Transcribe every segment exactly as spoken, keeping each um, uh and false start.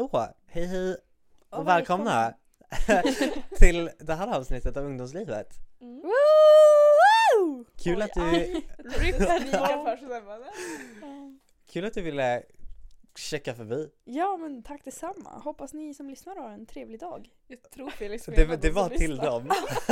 Hallå, hej hej och, Och välkomna till det här avsnittet av Ungdomslivet. Mm. Woo! Kul Oj, att du Kul att du ville checka förbi. Ja, men tack detsamma. Hoppas ni som lyssnar har en trevlig dag. Jag tror Felix Det, det var till dem.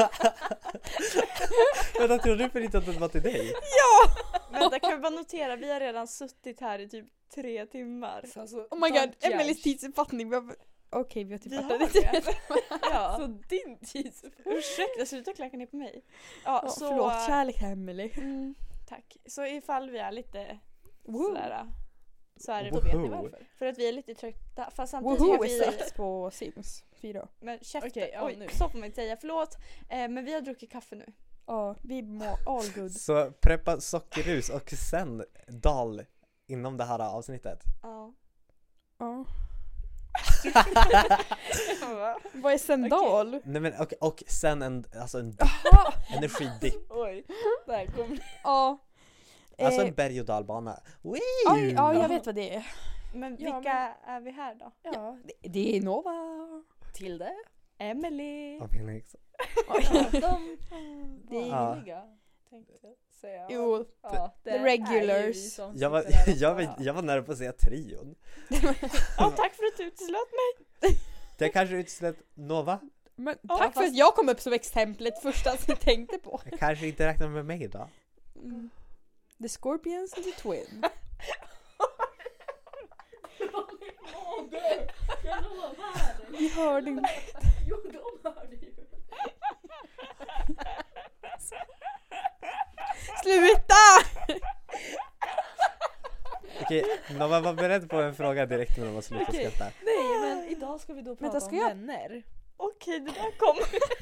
Vänta, tror du för inte att det var till dig? Vänta, kan vi bara notera, vi har redan suttit här i typ tre timmar. Så alltså, Oh my god, don't Emelies judge. tidsuppfattning. Vi har- Okej, vi har typ Vi fattat har lite. Ja, Så din tidsuppfattning. ursäkta, sluta klacka ner på mig. Ja, Ja, så, förlåt, kärlek Emily. Mm, tack. Så ifall vi är lite Woo. sådär, så är det Då vet ni Woho. varför. för att vi är lite trötta. Fast samtidigt Woho har är vi... sex på Sims fyra. Men käften, Okej, ja, oj, nu. så får man inte säga, förlåt. Eh, men vi har druckit kaffe nu. Ja, vi mår all good. Så preppa sockerrus och sen dal inom det här avsnittet. Ja. Ja. Va? Vad är sendal? Nej men och, och sen en, alltså en Jaha! energidipp. Oj, där kom det. Ja. Alltså Eh, en berg- och dalbana. Wee! oj, ja, jag vet vad det är. Men Ja, vilka är vi här då? Ja, det, det är Nova. Till det. Emily. Ja, Felix. Oj. De Det är- vanliga, tänkte jag säga. Jo, Ja, det the är ju regulars. vi som Jag var, sitter där och jag, var, bara- jag var nära på att säga trion. Ja, tack för att du uteslöt mig. Det kanske utslätt Nova. men Ja, tack för fast- att jag kom upp som exemplet första som jag tänkte på. Jag kanske inte räknar med mig då. Mm. The Scorpions and the Twin. Jag lovar. Vi hörde inte. Jo, de hörde ju. Sluta! Okej, Nova var beredd på en fråga direkt när de var slutat Okej. skratta. Nej, men idag ska vi då prata Vänta, ska om jag- vänner. Okej, det där kom.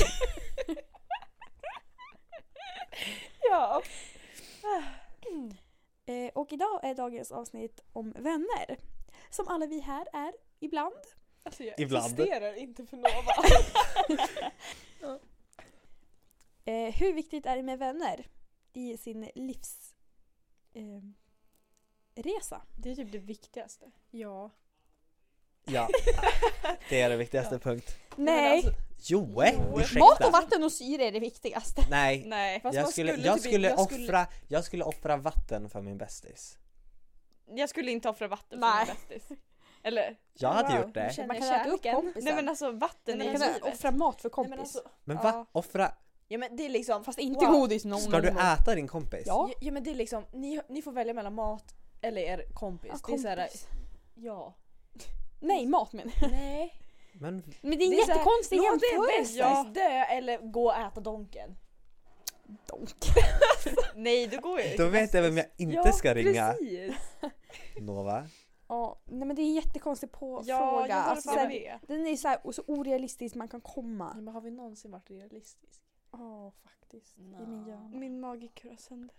Ja. Eh, och idag är dagens avsnitt om vänner. Som alla vi här är ibland. Alltså jag Ibland. existerar inte för Nova. Eh, hur viktigt är det med vänner i sin livs eh, resa? Det är typ det viktigaste. Ja. Ja, det är den viktigaste punkt. Nej, alltså, Jo, Jo. mat ursäkta. och vatten och syre är det viktigaste. Nej, Nej. Fast jag man skulle, skulle jag typ- skulle jag skulle- offra jag skulle offra vatten för min bästis. Jag skulle inte offra vatten Nej. för min bästis. Eller? Jag hade Wow, gjort det. nu känner Man jag kan äta upp kärleken. kompisen. Nej men alltså vatten Nej, är men man ju kan livet. offra mat för Nej, kompis. men alltså, Men Ja. va? Offra? ja men det är liksom, Fast inte wow. godis någon Ska du gång. äta din kompis? Ja. Ja, ja men det är liksom, ni, ni får välja mellan mat eller er kompis. Ja, Det är så här, kompis. ja. Nej, mat men. Nej. Men Men det är en Det är så här, jättekonstig låt det är jämförelse. bästis dö eller gå och äta donken. Donk. Nej, då går jag då vet jag vem jag inte ska ringa. Precis. Nova. Ja, nej men det är en jättekonstig på Ja, fråga. jag håller Alltså, bara så här, med. den är så, här, så orealistisk man kan komma. Men har vi någonsin varit realistisk? Ja, faktiskt. I Nå. min hjärna. Min mage kurrar sönder.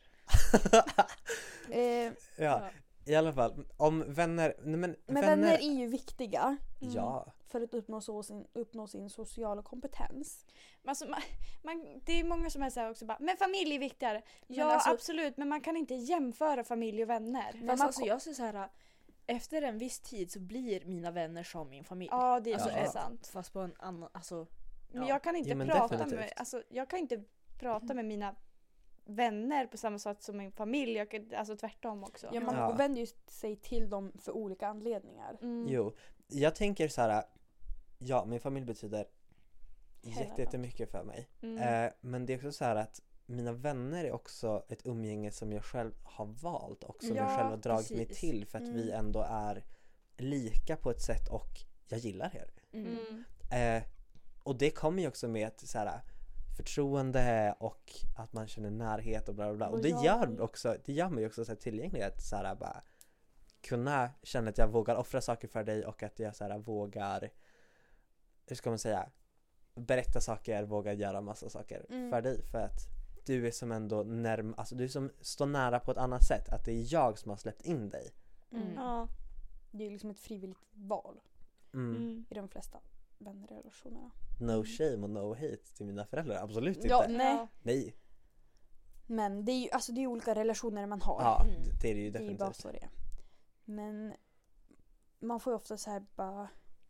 Eh, Ja, i alla fall. Om vänner... Nej, men men vänner är ju viktiga Ja. för att uppnå, så sin, uppnå sin sociala kompetens. Men alltså, man, man, det är många som är så här också bara, men familj är viktigare. Ja, alltså- absolut, men man kan inte jämföra familj och vänner. Fast man alltså kom- jag säger så här. Efter en viss tid så blir mina vänner som min familj. Ja, det är Alltså, så ja. sant. Fast på en annan, alltså. Men ja. jag kan inte Jo, men prata definitivt. med, alltså, jag kan inte prata med mina vänner på samma sätt som min familj. Jag kan, alltså tvärtom också. Ja, man Ja. vänder ju sig till dem för olika anledningar. Mm. Jo, jag tänker så här. Ja, min familj betyder Hela jätte- jättemycket för mig. Mm. Eh, men det är också så här att mina vänner är också ett umgänge som jag själv har valt och som jag Ja, själv har dragit mig precis. till för att Mm. vi ändå är lika på ett sätt och jag gillar er. Mm. Mm. Eh, och det kommer ju också med ett så här förtroende och att man känner närhet och bla bla bla. Och det Lojal. gör också, det gör mig också så här tillgänglig att så här bara kunna känna att jag vågar offra saker för dig och att jag så här vågar, hur ska man säga, berätta saker, vågar göra massa saker Mm. för dig för att du är som ändå närm, alltså du är som står nära på ett annat sätt, att det är jag som har släppt in dig. Mm. Ja. Det är liksom ett frivilligt val Mm. Mm. i de flesta vänrelationerna. No shame och no hate till mina föräldrar, absolut inte. Ja, nej. Ja. Nej. Men det är ju alltså, det är ju olika relationer man har. Ja, Mm. det är det ju det är ju bara definitivt. så det är. Men man får ju ofta så här bara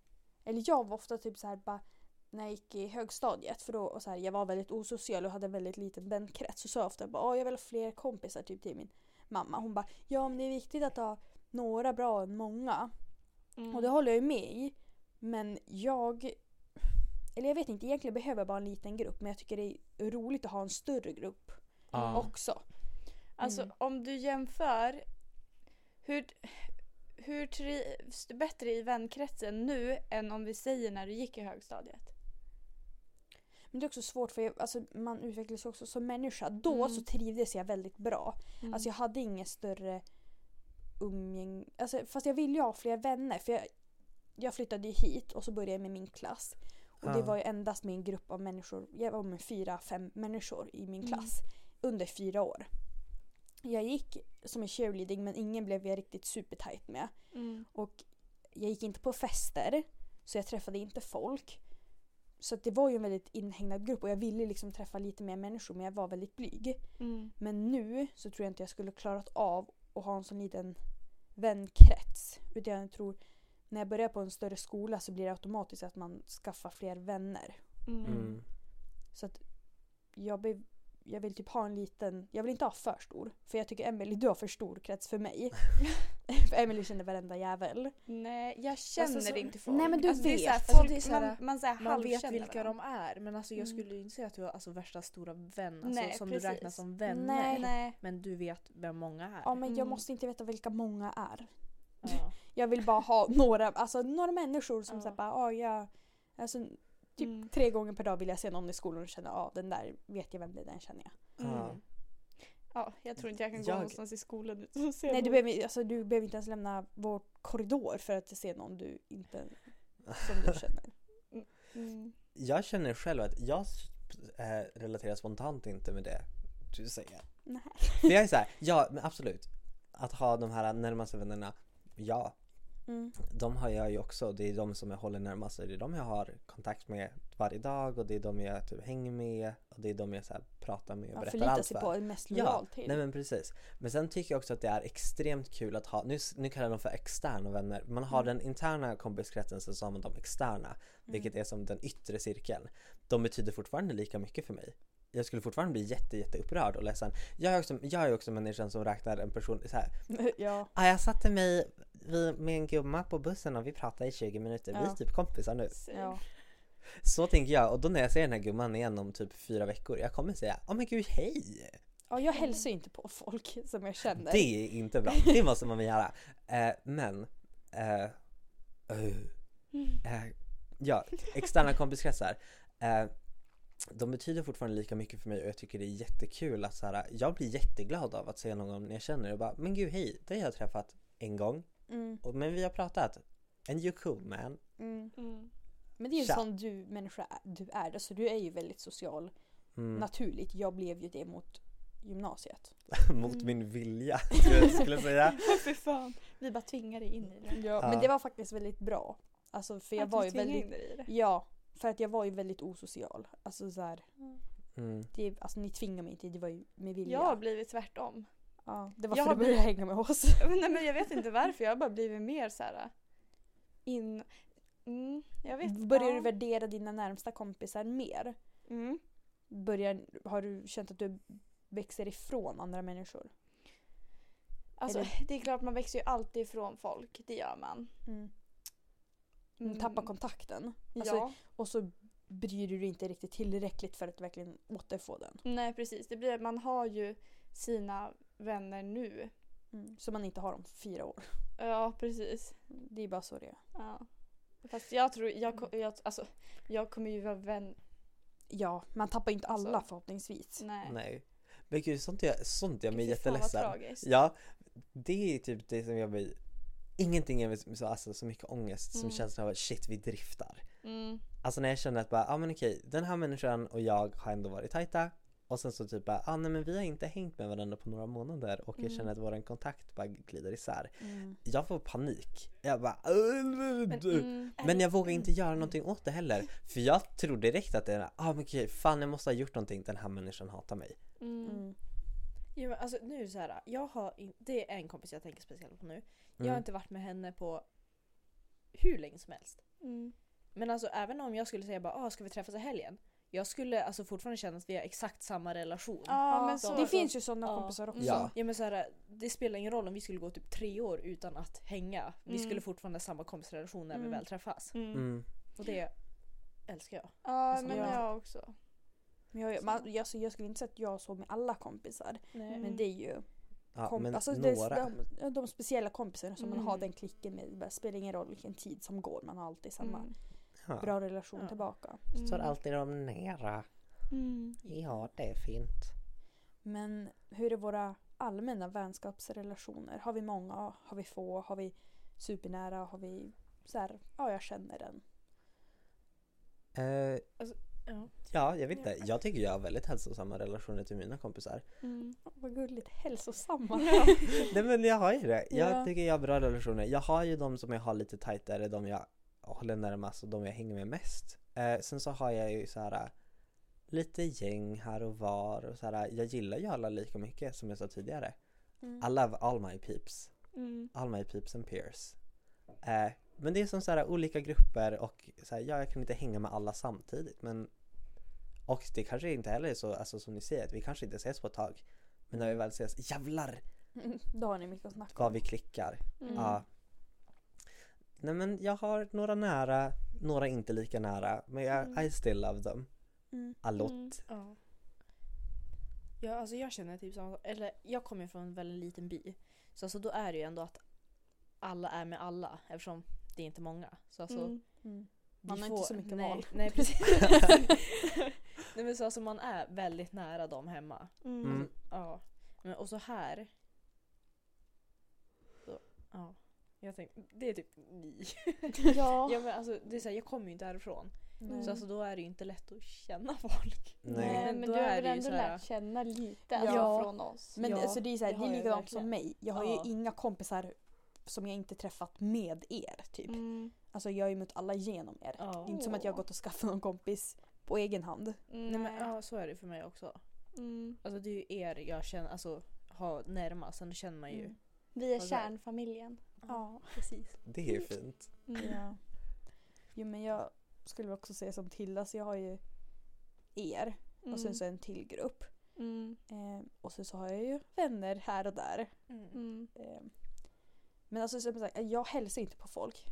eller jag var ofta typ så här bara när jag gick i högstadiet, för då och så här, jag var väldigt osocial och hade en väldigt liten vänkrets, så sa jag ofta bara, "Åh, jag vill ha fler kompisar", typ till min mamma. Hon bara, ja men det är viktigt att ha några bra än många. Mm. Och det håller jag ju med i. Men jag, eller jag vet inte, egentligen behöver jag bara en liten grupp, men jag tycker det är roligt att ha en större grupp Ja. också. Alltså Mm. om du jämför, hur, hur trivs du bättre i vänkretsen nu än om vi säger när du gick i högstadiet? Men det är också svårt, för jag, alltså, man utvecklas också som människa. Då Mm. så trivdes jag väldigt bra. Mm. Alltså jag hade ingen större umgäng... Alltså, fast jag ville ju ha fler vänner. För jag, jag flyttade ju hit och så började jag med min klass. Och Ja. det var ju endast med en grupp av människor. Jag var med fyra, fem människor i min klass. Under fyra år. Jag gick som en cheerleading, men ingen blev jag riktigt supertajt med. Mm. Och jag gick inte på fester. Så jag träffade inte folk. Så att det var ju en väldigt inhägnad grupp. Och jag ville liksom träffa lite mer människor, men jag var väldigt blyg. Mm. Men nu så tror jag inte jag skulle klarat av att ha en sån liten vänkrets. Utan jag tror, när jag börjar på en större skola så blir det automatiskt att man skaffar fler vänner. Mm. Mm. Så att jag, be, jag vill typ ha en liten, jag vill inte ha för stor. För jag tycker Emily, du har för stor krets för mig. För Emily känner varenda jävel. Nej, jag känner Alltså, så- inte folk. Nej, men du alltså, det är så här, vet. folk Alltså, det är så här, man, man, så här Man vet halvkänner vilka varandra. de är, men alltså jag Mm. skulle ju inte säga att du har alltså värsta stora vän alltså, Nej, som precis. du räknar som vänner. Nej. Nej. Men du vet vem många är. Ja, men jag Mm. måste inte veta vilka många är. Ja. Jag vill bara ha några, alltså några människor som Ja. säger bara, ah, ja, alltså typ Mm. tre gånger per dag vill jag se någon i skolan och känna, ja, ah, den där vet jag vem det är, den känner jag. Mm. Ja. Ja, jag tror inte jag kan gå Jag- någonstans i skolan utan att se Nej, du någon. behöver, alltså, du behöver inte ens lämna vår korridor för att se någon du inte, som du känner. Mm. Jag känner själv att jag äh, relaterar spontant inte med det du säger. Nej. För jag är så här, ja men absolut. Att ha de här närmaste vännerna, ja. Mm. De har jag ju också, det är de som jag håller närmast. Det är de jag har kontakt med varje dag och det är de jag typ hänger med och det är de jag så här pratar med och Man berättar förlitar allt sig för. på en mest Ja, lojal till. nej men precis. Men sen tycker jag också att det är extremt kul att ha, nu, nu kallar jag dem för externa vänner. Man har Mm. den interna kompiskretsen, så har man de externa, vilket är som den yttre cirkeln. De betyder fortfarande lika mycket för mig. Jag skulle fortfarande bli jätte, jätte upprörd och ledsen. Jag är också, jag är också människan som räknar en person så här. Ja. Ah, jag satte mig vid, med en gumma på bussen och vi pratade i tjugo minuter. Vi är Ja. typ kompisar nu. Ja. Så tänker jag. Och då när jag ser den här gumman igen om typ fyra veckor, jag kommer säga, åh oh, men gud, hej! Ja, jag hälsar ju inte på folk som jag känner. Det är inte bra. Det måste man väl göra. Eh, men eh, uh, eh, ja, externa kompiskretsar. Eh, de betyder fortfarande lika mycket för mig och jag tycker det är jättekul att så här, jag blir jätteglad av att se någon jag känner och bara, men gud hej, det har jag träffat en gång. Mm. Och, men vi har pratat. And you cool man. Mm. Mm. Men det är ju Tja. sån du människa är- du är. Alltså, du är ju väldigt social. Mm. Naturligt. Jag blev ju det mot gymnasiet. Mot Mm. min vilja, skulle jag skulle säga. Fy fan. Vi bara tvingar dig in i det. Ja, Ja. men det var faktiskt väldigt bra. Alltså, för jag Att var vi ju tvingar väldigt... in dig i det. Ja, för att jag var ju väldigt osocial. Alltså så här, Mm. det, alltså ni tvingar mig inte, det var ju med vilja. Jag har blivit tvärtom. Ja, det var Jag för har att du började hänga med oss. Nej, men jag vet inte varför, jag har bara blivit mer så här in... Mm, jag vet. Börjar ja. du värdera dina närmsta kompisar mer? Mm. Börjar, har du känt att du växer ifrån andra människor? Alltså, Eller- det är klart man växer ju alltid ifrån folk, det gör man. Mm. Mm. Tappa kontakten. Alltså, Ja, Och så bryr du dig inte riktigt tillräckligt för att verkligen återfå den. nej precis. Det blir, man har ju sina vänner nu. Mm. Så man inte har om fyra år. Ja, precis. Det är bara så det är. Ja. Fast jag tror, jag, ko- jag, alltså, jag kommer ju vara vän... Ja, man tappar ju inte alla Alltså, förhoppningsvis. Nej. Nej. Men gud, sånt jag, sånt jag blir Fy fan, vad jätteledsen. tragiskt. Ja, det är typ det som jag blir. Ingenting är så, alltså, så mycket ångest som Mm. känns av att shit, vi driftar. Mm. Alltså när jag känner att bara, ja ah, men okej, den här människan och jag har ändå varit tajta. Och sen så typ bara, ah, nej men vi har inte hängt med varandra på några månader. Och jag Mm. känner att våran kontakt bara glider isär. Mm. Jag får panik. Jag bara, "Åh, Men, du." mm, Men jag vågar inte göra någonting åt det heller. För jag tror direkt att det är, ah men okej, fan jag måste ha gjort någonting. Den här människan hatar mig. mm. Mm. Jo, men alltså, nu är det så här, jag har in, det är en kompis jag tänker speciellt på nu. Jag har Mm. inte varit med henne på hur länge som helst. Mm. Men alltså även om jag skulle säga bara, ah, ska vi träffas i helgen? Jag skulle alltså fortfarande känna att vi har exakt samma relation. Ja, men så, så. det finns ju sådana Ja. kompisar också. Ja. Ja men så här, det spelar ingen roll om vi skulle gå typ tre år utan att hänga. Vi Mm. skulle fortfarande ha samma kompisrelation när Mm. vi väl träffas. Mm. Mm. Och det älskar jag. Ja, Alltså, men ja. jag också. Men jag, man, jag, så jag skulle inte säga att jag så med alla kompisar. Nej. Mm. Men det är ju Ja, komp- men alltså, det är några. de, ja, de speciella kompisarna som man Mm. har den klicken med. Det spelar ingen roll vilken tid som går. Man har alltid samma Mm. Ja. bra relation Ja. tillbaka. Så är alltid de nära. Mm. Ja, det är fint. Men hur är våra allmänna vänskapsrelationer? Har vi många? Har vi få? Har vi supernära? Har vi så här, ja jag känner den. Eh, Ja. ja, jag vet inte. Jag tycker jag har väldigt hälsosamma relationer till mina kompisar. Mm. Åh, vad gulligt, hälsosamma. Nej men jag har ju det. Jag Ja. tycker jag har bra relationer. Jag har ju de som jag har lite tajtare, de jag håller närmast och de jag hänger med mest. Eh, sen så har jag ju så här äh, lite gäng här och var och så här. Jag gillar ju alla lika mycket som jag sa tidigare. Mm. I love all my peeps. Mm. All my peeps and peers. Eh, men det är som så här olika grupper och så här, ja, jag kan inte hänga med alla samtidigt men och det kanske inte heller är så alltså, som ni säger att vi kanske inte ses på ett tag men när vi väl ses, jävlar Mm. Då har ni mycket att snacka vad om. vi klickar. Mm. Ja. Nej men jag har några nära, några inte lika nära men jag, Mm. I still love them Mm. a lot. Mm. Ja. Ja, alltså jag känner typ samma, eller jag kommer från en väldigt liten by. Så alltså då är det ju ändå att alla är med alla eftersom det är inte många. Så alltså Mm. Mm. vi Man har får- inte så mycket nej, val. Nej, precis. Nej men så alltså man är väldigt nära dem hemma. Mm. Mm. Ja. Men och så här. Så, ja. Jag tänkte, det är typ ni. Ja. Ja men alltså det är så här, jag kommer ju inte härifrån. Nej. Så alltså då är det ju inte lätt att känna folk. Nej. Nej, men då du har är väl det ju ändå så här- lärt känna lite alltså, Ja. från oss. Men Ja, alltså, det är, så här, det det har är jag likadant som verkligen. mig. Jag har Ja. ju inga kompisar som jag inte träffat med er. Typ. Mm. Alltså jag har ju mött alla genom er. Ja. Inte som att jag har gått och skaffat någon kompis på egen hand. Mm. Nej men ja, så är det för mig också. Mm. Alltså det är ju er jag känner, alltså har närmast, sen känner man ju. Mm. Vi är Vad kärnfamiljen. Ja. precis. Det är ju fint. Mm. Ja. Jo men jag skulle också säga som Tilda, så jag har ju er och sen så en till grupp. Mm. Eh, och sen så har jag ju vänner här och där. Mm. Mm. Eh, men alltså som sagt, jag hälsar inte på folk.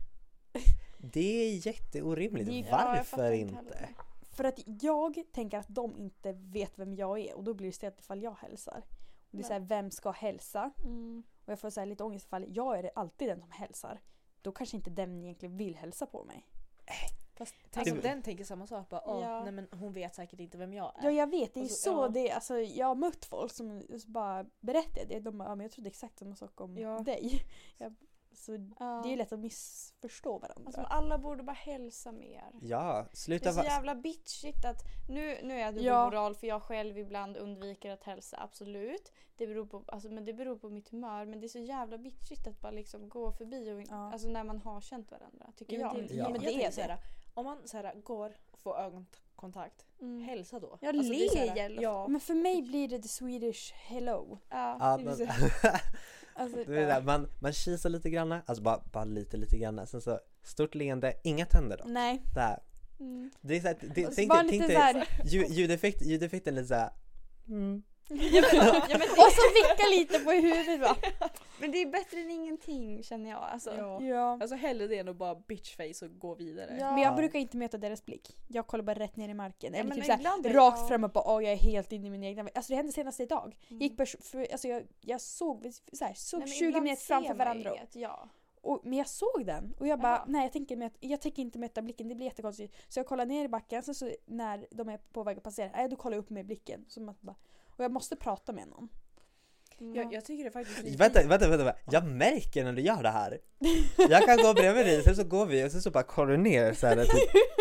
Det är jätteorimligt. Det är- Ja, jag Varför fattar inte? heller. För att jag tänker att de inte vet vem jag är och då blir det stelt ifall jag hälsar. Och det är så här, vem ska hälsa? Mm. Och jag får så här lite ångest ifall jag är alltid den som hälsar. Då kanske inte den egentligen vill hälsa på mig. Fast tänk Alltså- om den tänker samma sak, bara, åh, Ja. nej men hon vet säkert inte vem jag är. Ja jag vet, det är Och så- så ja. det är. Alltså, jag har mött folk som bara berättar det. De bara, ja, men jag trodde exakt samma sak om Ja. dig. Jag, så Ja. det är lätt att missförstå varandra. Alltså, alla borde bara hälsa mer. Ja, Det sluta är så vara... jävla bitchigt att nu, nu är jag Ja. dubbelmoral för jag själv ibland undviker att hälsa, absolut. Det beror på, alltså, men det beror på mitt humör. Men det är så jävla bitchigt att bara liksom gå förbi och, Ja. alltså när man har känt varandra, tycker Ja, jag. men det, Ja. ja. men jag det är tänker det. så här, om man så här, går och får ögonkontakt, Mm. hälsa då. Ja, Alltså, det är så här, le gäller. ja, Men för mig blir det the Swedish hello. Ja. Ja, det men, är Alltså, det är det där, man, man kisar lite granna, alltså bara, bara lite lite granna, sen så stort leende, inga tänder då. nej. Där. Mm. Det är så att, det, Alltså, tänk bara dig, lite tänk så dig här. ljud, ljudeffekt, ljudeffekten lite såhär mm. Ja, men det, Och så vicka lite på huvudet va? men det är bättre än ingenting känner jag. Alltså. ja. Ja. Alltså hellre det än att bara bitchface och gå vidare. Ja. Men jag brukar inte möta deras blick. Jag kollar bara rätt ner i marken. Ja, Eller men typ såhär, ibland är- rakt ja. fram och bara åh jag är helt inne i min egna. Alltså det hände senast idag. Mm. Gick bara, för, alltså jag, jag såg, så här, såg Nej, men tjugo ibland meter ser framför man varandra. inget, Ja. Och, men jag såg den och jag bara, Jaha. nej jag tänker, möta, jag tänker inte möta blicken, det blir jättekonstigt. Så jag kollar ner i backen, sen så när de är på väg att passera, nej, då kollar jag upp med blicken. Så att bara, och jag måste prata med någon. Mm. Jag, jag tycker det faktiskt är Vänta, vänta, vänta, vänta, jag märker när du gör det här. Jag kan gå bredvid dig, sen så går vi och sen så bara kollar du ner så här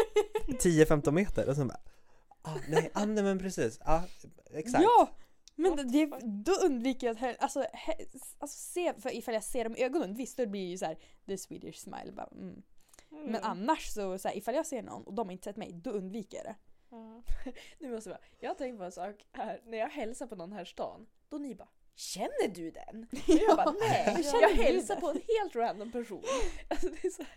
typ tio femton meter och så bara ah, nej, ah, nej men precis, ja, exakt. Ja! Men What det, the fuck? då undviker jag att he, alltså, he, alltså se, för ifall jag ser dem i ögonen, visst då blir det ju så här the Swedish smile. Bara, mm. Mm. Men annars så, så här, ifall jag ser någon och de har inte sett mig, då undviker jag det. Ja. Nu måste jag bara, jag har tänkt på en sak här, när jag hälsar på någon här i stan, då ni bara, känner du den? Och jag bara, nej, Hur känner jag du hälsar den? på en helt random person. Alltså det är så här.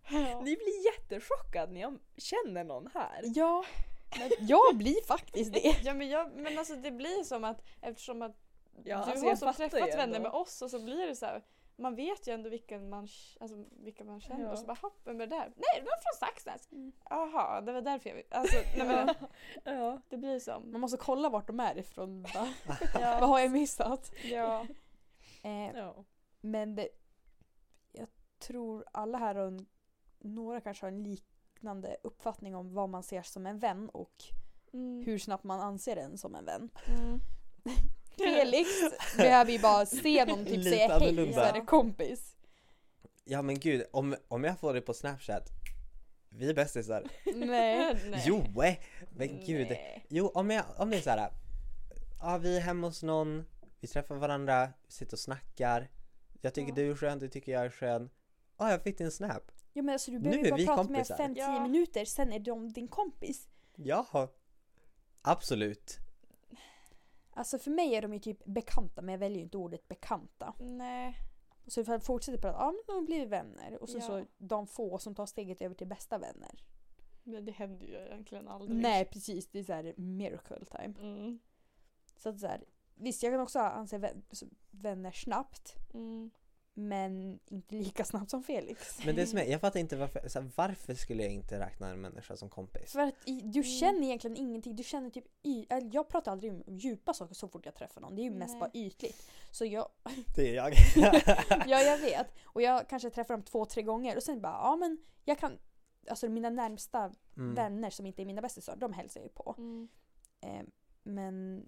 Ja. Ni blir jättechockade när jag känner någon här. Ja, men jag blir faktiskt det. Ja men, jag, men alltså det blir som att eftersom att Ja, du alltså har jag så fattar ju träffat vänner ändå. med oss och så blir det så här. Man vet ju ändå vilken man, alltså, vilka man känner Ja. och så bara hopp, vem är det där? Nej, det var från Saxnäs. Mm. Jaha, det var därför jag vet. Alltså, nej, men, Ja. det blir som. Man måste kolla vart de är ifrån. Bara, vad Ja, har jag missat? ja. Eh, Ja. men det, jag tror alla här och några kanske har en liknande uppfattning om vad man ser som en vän och Mm. hur snabbt man anser den som en vän. Mm. Felix behöver ju bara se någon typ Lite säga hej annorlunda. så är det kompis. Ja men gud, om, om jag får det på Snapchat, vi är bästisar. Nej. Nej. Jo, eh, men gud. Nej. Jo, om, jag, om det är så här, ja vi är hemma hos någon, vi träffar varandra, vi sitter och snackar. Jag tycker Ja. du är skön, du tycker jag är skön. Ja, jag fick din snap. Ja, men alltså, du Nu behöver är ju bara vi prata kompisar. med fem till tio Ja. minuter, sen är de din kompis. Jaha. Absolut. Alltså för mig är de ju typ bekanta, men jag väljer ju inte ordet bekanta. Nej. Så ifall jag fortsätter prata, ja men de blir vänner. Och sen Ja. så de få som tar steget över till bästa vänner. Men det händer ju egentligen aldrig. Nej precis, det är så här miracle time. Mm. Så att så här, visst jag kan också anse vän- vänner snabbt. Mm. Men inte lika snabbt som Felix. Men det som är, jag fattar inte varför, så här, varför skulle jag inte räkna en människa som kompis? För att i, du Mm. känner egentligen ingenting. Du känner typ y- eller jag pratar aldrig om djupa saker så fort jag träffar någon. Det är ju mest Nej. bara ytligt. Så jag, Det är jag. ja jag vet. Och jag kanske träffar dem två, tre gånger. Och sen bara, ja men jag kan, alltså mina närmsta Mm. vänner som inte är mina bästisar, de hälsar jag ju på. Mm. Eh, men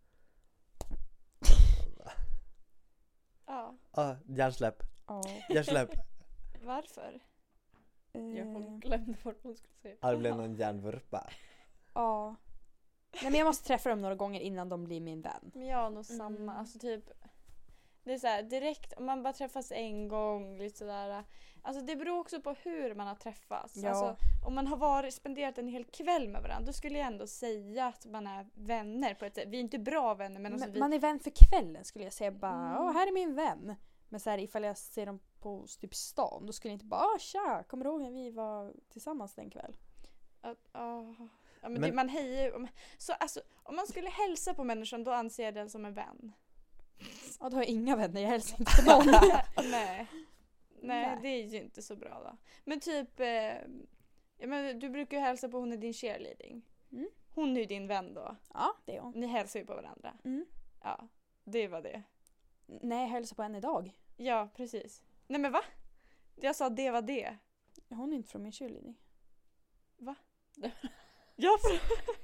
Ja. Ah, hjärnsläpp. ja. Hjärnsläpp. Varför? Jag Eh, glömde bort vad hon skulle säga. Ah, det blev någon hjärnvurpa. ja. Nej men jag måste träffa dem några gånger innan de blir min vän. Men jag har nog Mm. samma. Alltså typ. Det är så här, direkt om man bara träffas en gång. Lite sådär. Alltså det beror också på hur man har träffats. Ja. Alltså, om man har varit, spenderat en hel kväll med varandra. Då skulle jag ändå säga att man är vänner på ett sätt. Vi är inte bra vänner. Men, Men alltså vi, man är vän för kvällen skulle jag säga. Bara, Mm. åh här är min vän. Men så här, ifall jag ser dem på typ stan, då skulle jag inte bara, ah tja, kommer du ihåg när vi var tillsammans den kväll? Ja, ja. Ja, men Men- det, man hejar ju. om- Så alltså, om man skulle hälsa på människan då anser jag den som en vän. Ja, då har jag inga vänner, jag hälsar inte på någon. Nej. Nej, Nej. det är ju inte så bra då. Men typ, eh, ja, men du brukar ju hälsa på hon är din cheerleading. Mm. Hon är ju din vän då. Ja, det är hon. Ni hälsar ju på varandra. Mm. Ja, det var det. Nej, jag hälsar på henne idag. Ja, precis. Nej men va? Jag sa det var det. Hon är inte från min cheerleading. Ja, för...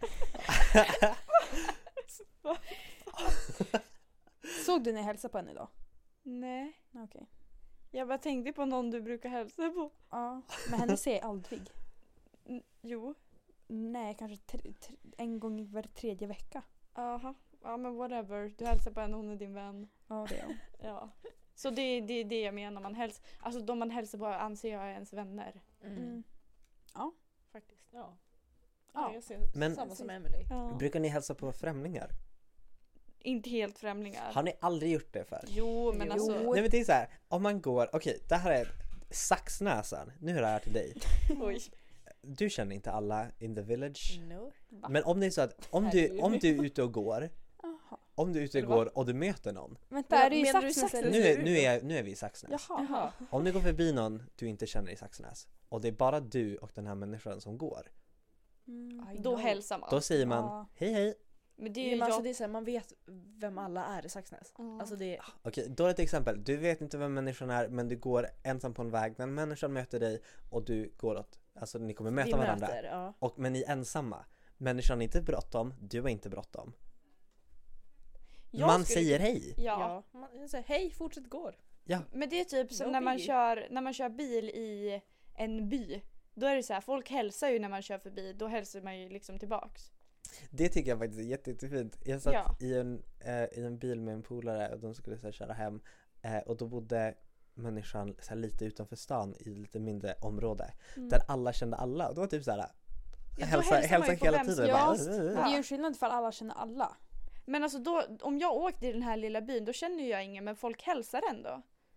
Såg du när jag hälsade på henne idag? Nej. Okej. Jag bara tänkte på någon du brukar hälsa på. Ja, men henne ser jag aldrig. N- jo. Nej, kanske tre, tre, en gång var tredje vecka. Jaha. Ja men whatever. Du hälsar på henne, hon är din vän. Ja, det är hon. Ja. Så det är det, är det jag menar. Man häls- alltså de man hälsar på anser jag är ens vänner. Mm. Faktiskt. Ja. Ja. Ja, jag ser Men- samma som Emily. Ja. Brukar ni hälsa på främlingar? Inte helt främlingar. Har ni aldrig gjort det för? Jo men Jo. alltså. Nej men det är så här, om man går, okej det här är Saxnäsan, nu är det här till dig. Oj. Du känner inte alla in the village. No. Va? Men om det är så att, om du, om du är ute och går, Jaha. om du är ute och Eller va? går och du möter någon. Vänta, Men är du i menar du Saxnäs Saxnäs? eller? Nu är, nu är, nu är vi i Saxnäs. Jaha. Jaha. Om du går förbi någon du inte känner i Saxnäs och det är bara du och den här människan som går, Mm. I Då know. hälsar man. då säger man Ja. hej hej. Men det är Ja, ju men alltså jag. det är så här, man vet vem alla är i Saxnäs. Ja. Alltså det Okej, då är det ett exempel. Du vet inte vem människan är men du går ensam på en väg. Den människan möter dig och du går åt, alltså ni kommer möta vi varandra. möter, ja. Och, men ni är ensamma. Människan har inte bråttom, du har inte bråttom. Jag Man skulle- säger hej. Ja. Ja. Man säger hej, fortsätt går. Ja. Men det är typ som No när man biggie. kör när man kör bil i en by. Då är det så här, folk hälsar ju när man kör förbi. Då hälsar man ju liksom tillbaks. Det tycker jag faktiskt är jätte, jättefint. Jag satt Ja. i, en, eh, i en bil med en polare och de skulle så här, köra hem. Eh, och då bodde människan så här, lite utanför stan i lite mindre område. Mm. Där alla kände alla. Och då var det typ så här. då hälsa, hälsar man hälsa ju på hela vem som- tiden. Ja, Bara, Det är ju en skillnad för alla känner alla. Men alltså då, om jag åkte i den här lilla byn då känner ju jag ingen men folk hälsar ändå.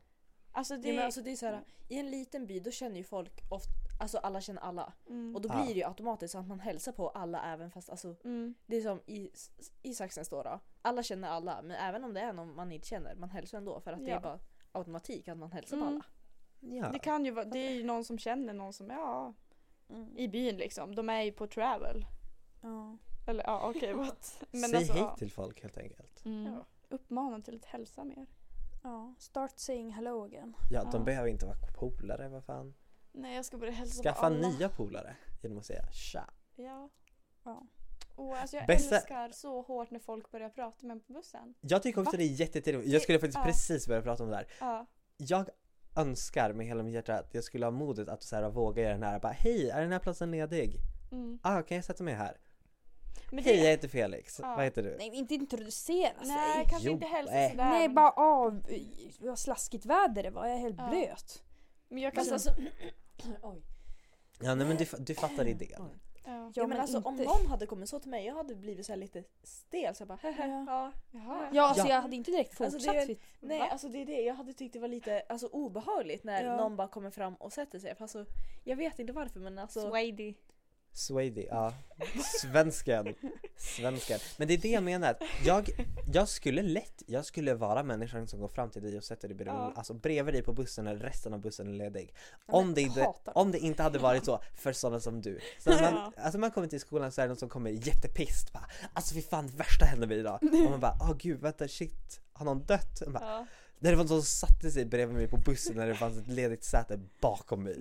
Alltså det, Det, men alltså det är så här, i en liten by då känner ju folk ofta, alltså alla känner alla. mm, Och då Ja. blir det ju automatiskt att man hälsar på alla även fast alltså mm, det är som i, i Saxens då, då. Alla känner alla, men även om det är någon man inte känner, man hälsar ändå för att det Ja. är bara automatik att man hälsar på Mm. alla. Ja. det kan ju vara, det är ju någon som känner någon som, ja, Mm. i byn liksom. De är ju på travel. Ja. Eller ja, okej, what? Men Säg alltså, hej ja. till folk helt enkelt. Mm. Ja. Uppmana till att hälsa mer. Ja. Start saying hello again. Ja, de Ja. behöver inte vara polare, vad fan. Nej, jag ska börja hälsa Skaffa på alla. nya polare genom att säga tja. Ja. Ja. Och alltså jag Bästa- älskar så hårt när folk börjar prata med mig på bussen. Jag tycker också Va? det är jättetrevligt. Jag skulle faktiskt Ja. precis börja prata om det där. Ja. Jag önskar med hela mitt hjärta att jag skulle ha modet att så här, våga göra den här. Bara, hej, är den här platsen ledig? Mm. Ah, kan jag sätta mig här? Men Hej, det, jag heter Felix. Ja. Vad heter du? Nej, inte introducera nej, sig. kanske Jo, inte hälsa nej. sådär. Nej, men- bara av. Vad slaskigt väder det var. Jag är helt Ja. blöt. Men jag Fast kan alltså, oj. Ja, nej, men du, du fattar idén. Oj. ja. Ja, men, men alltså om inte- någon hade kommit så till mig, jag hade blivit så här lite stel så jag bara hehe, Ja. ja. Jaha. Ja, alltså Ja. jag hade inte direkt Alltså, fortsatt. det är- vid- Nej, Va? alltså det är det. Jag hade tyckt det var lite alltså, obehagligt när Ja. någon bara kommer fram och sätter sig. För alltså, jag vet inte varför men alltså... Swady. Swady, ja. Svensken. Svensken. Men det är det jag menar. Jag, jag skulle lätt, jag skulle vara människan som går fram till dig och sätter dig bredvid, Ja. alltså bredvid dig på bussen när resten av bussen är ledig. Ja, Om men det, jag inte, hatar om det inte hade varit så för sådana som du. Så när man, alltså man kommer till skolan så är det någon som kommer jättepist. Bara, alltså fy fan, det värsta hände mig idag. Och man bara, åh gud, vänta, shit. Har någon dött? Och man bara, Ja. när det var någon som satte sig bredvid mig på bussen när det fanns ett ledigt säte bakom mig.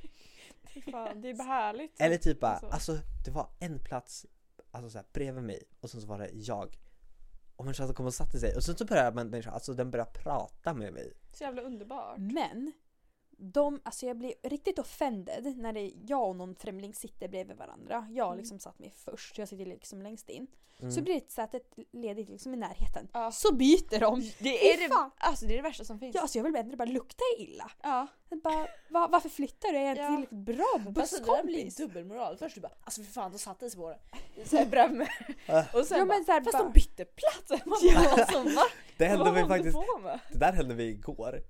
Fy fan, det är bara härligt. Eller typ bara, Alltså. alltså det var en plats alltså så här, bredvid mig och sen så var det jag. Och människan kom och satte sig och sen så började man, människan, alltså den började prata med mig. Så jävla underbart. Men de, alltså jag blir riktigt offended när det är jag och någon främling sitter bredvid varandra. Jag har Mm. liksom satt mig först, jag sitter liksom längst in. Mm. Så blir det ett sätet ledigt liksom i närheten. Ja. Så byter de. Det är Fy det, fan. alltså det är det värsta som finns. Ja, alltså jag vill ändå bara lukta illa. Ja. Jag bara, va, varför flyttar du? Är jag inte Ja. tillräckligt bra Alltså det där blir busskompis? dubbelmoral. Först du bara, alltså för fan, då satte sig på det. Så här bredvid mig. Och sen Ja, bara, men så här fast bara- de bytte plats. Man bara, alltså va? Det hände Vad mig håller du faktiskt, på med? det där hände mig igår.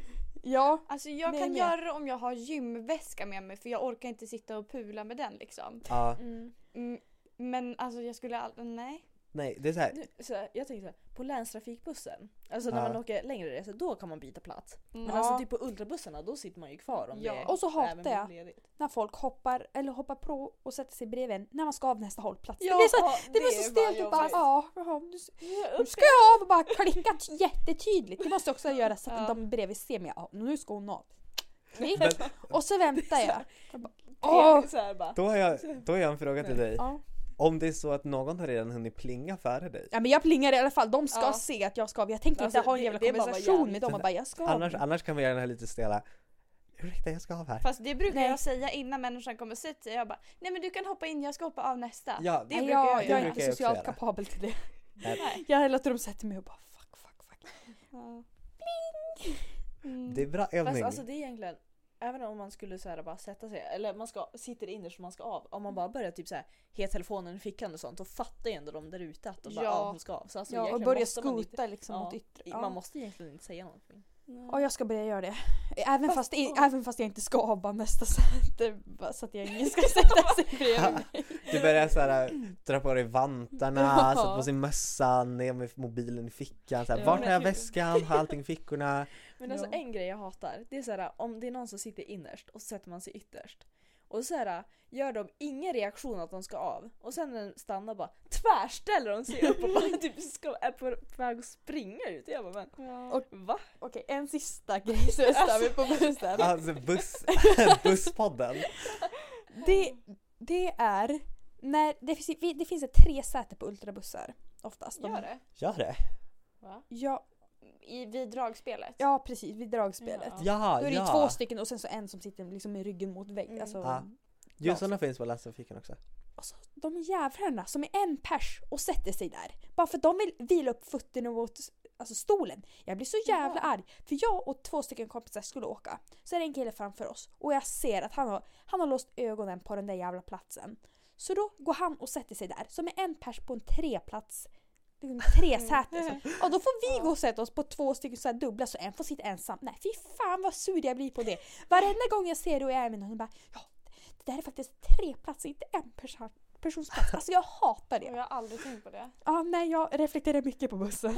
Ja, Alltså jag Nej, kan men- göra det om jag har gymväska med mig för jag orkar inte sitta och pula med den liksom. Ja, Mm. Mm, men alltså jag skulle aldrig, nej. nej, det är så här. Nu, så här, jag tänkte så här, på länstrafikbussen, alltså när Ja. man åker längre resor, då kan man byta plats. Mm. Men Ja. alltså typ på ultrabussarna, då sitter man ju kvar om Ja. det Och så hatar även blir jag. ledigt. när folk hoppar eller hoppar på och sätter sig bredvid en när man ska av nästa hållplats. Ja, det blir så, Ja, det blir så är bara stelt. Du bara, jobbigt. ja, jaha, nu, Ja, nu ska jag av och bara klicka t- jättetydligt. Det måste också göra så att Ja. de bredvid ser mig. Ja, nu ska hon av. Men, Och så väntar jag. jag bara, åh, Så här bara. då, har jag, då har jag en fråga till dig. ja. Om det är så att någon har redan hunnit plinga före dig. Ja men jag plingar i alla fall, de ska Ja. se att jag ska av. Jag tänkte Alltså, inte ha en det- jävla det är bara konversation jävligt. med dem och bara jag ska av. Annars, annars kan vi göra den här lite stela. Ursäkta, jag ska av här. Fast det brukar Nej. jag säga innan människan kommer säga till jag bara, nej men du kan hoppa in, jag ska hoppa av nästa. Ja, det Nej, brukar jag, jag jag det göra. är brukar inte jag också socialt göra. kapabel till det. Nej. Jag låter dem sätta mig och bara fuck, fuck, fuck. Ja. Mm. Det är bra Fast övning. alltså det är egentligen, även om man skulle så här bara sätta sig, eller man ska, sitter innerst och man ska av, om man bara börjar typ så här ha telefonen i fickan och sånt, då fattar ju ändå de där ute att de bara, Ja. ja hon ska av. Så alltså Ja, och egentligen börja måste man inte- skota liksom ja, mot yttre. Ja. Man måste egentligen inte säga någonting. Ja, jag ska börja göra det. Även fast, Fast- i, även fast jag inte ska av bara nästa säte. bara Så att jag ingen ska sätta sig bredvid mig. Du börjar såhär dra på dig vantarna, Ja. sätta på sin mössa, ner med mobilen i fickan. Såhär, Ja, vart men har jag kul. väskan? Har allting i fickorna? Men alltså Ja. en grej jag hatar, det är så här om det är någon som sitter innerst och så sätter man sig ytterst. Och så här gör de ingen reaktion att de ska av. Och sen när den stannar bara tvärställer de sig upp och bara typ ska, är på väg att springa ut. Jag bara, men Ja. Och- va? Okej, en sista grej så står vi på bussen. Alltså buss, busspodden. Det, det är när det finns, det finns ett tre säte på ultrabussar oftast. De- Gör det? Gör det? Va? Ja, I, vid dragspelet? ja precis, vid dragspelet. Ja. Ja, Då är det ja. ju två stycken och sen så en som sitter liksom med ryggen mot vägg. Mm. Alltså, Ja. Jo, sådana finns på lasttrafiken också. alltså, de jävlarna som är en pers och sätter sig där. Bara för att de vill vila upp fötterna mot alltså, stolen. Jag blir så jävla Ja. arg. För jag och två stycken kompisar skulle åka. Så är det en kille framför oss. Och jag ser att han har, han har låst ögonen på den där jävla platsen. Så då går han och sätter sig där. Som är en pers på en treplats liksom tre säten. Och då får vi gå och sätta oss på två stycken så här dubbla så en får sitta ensam. Nej, fy fan vad sur jag blir på det. Varenda gång jag ser det och jag är med någon bara, ja, det där är faktiskt tre platser, inte en person. Personsplats. Alltså jag hatar det. Jag har aldrig tänkt på det. Ja, nej, jag reflekterar mycket på bussen.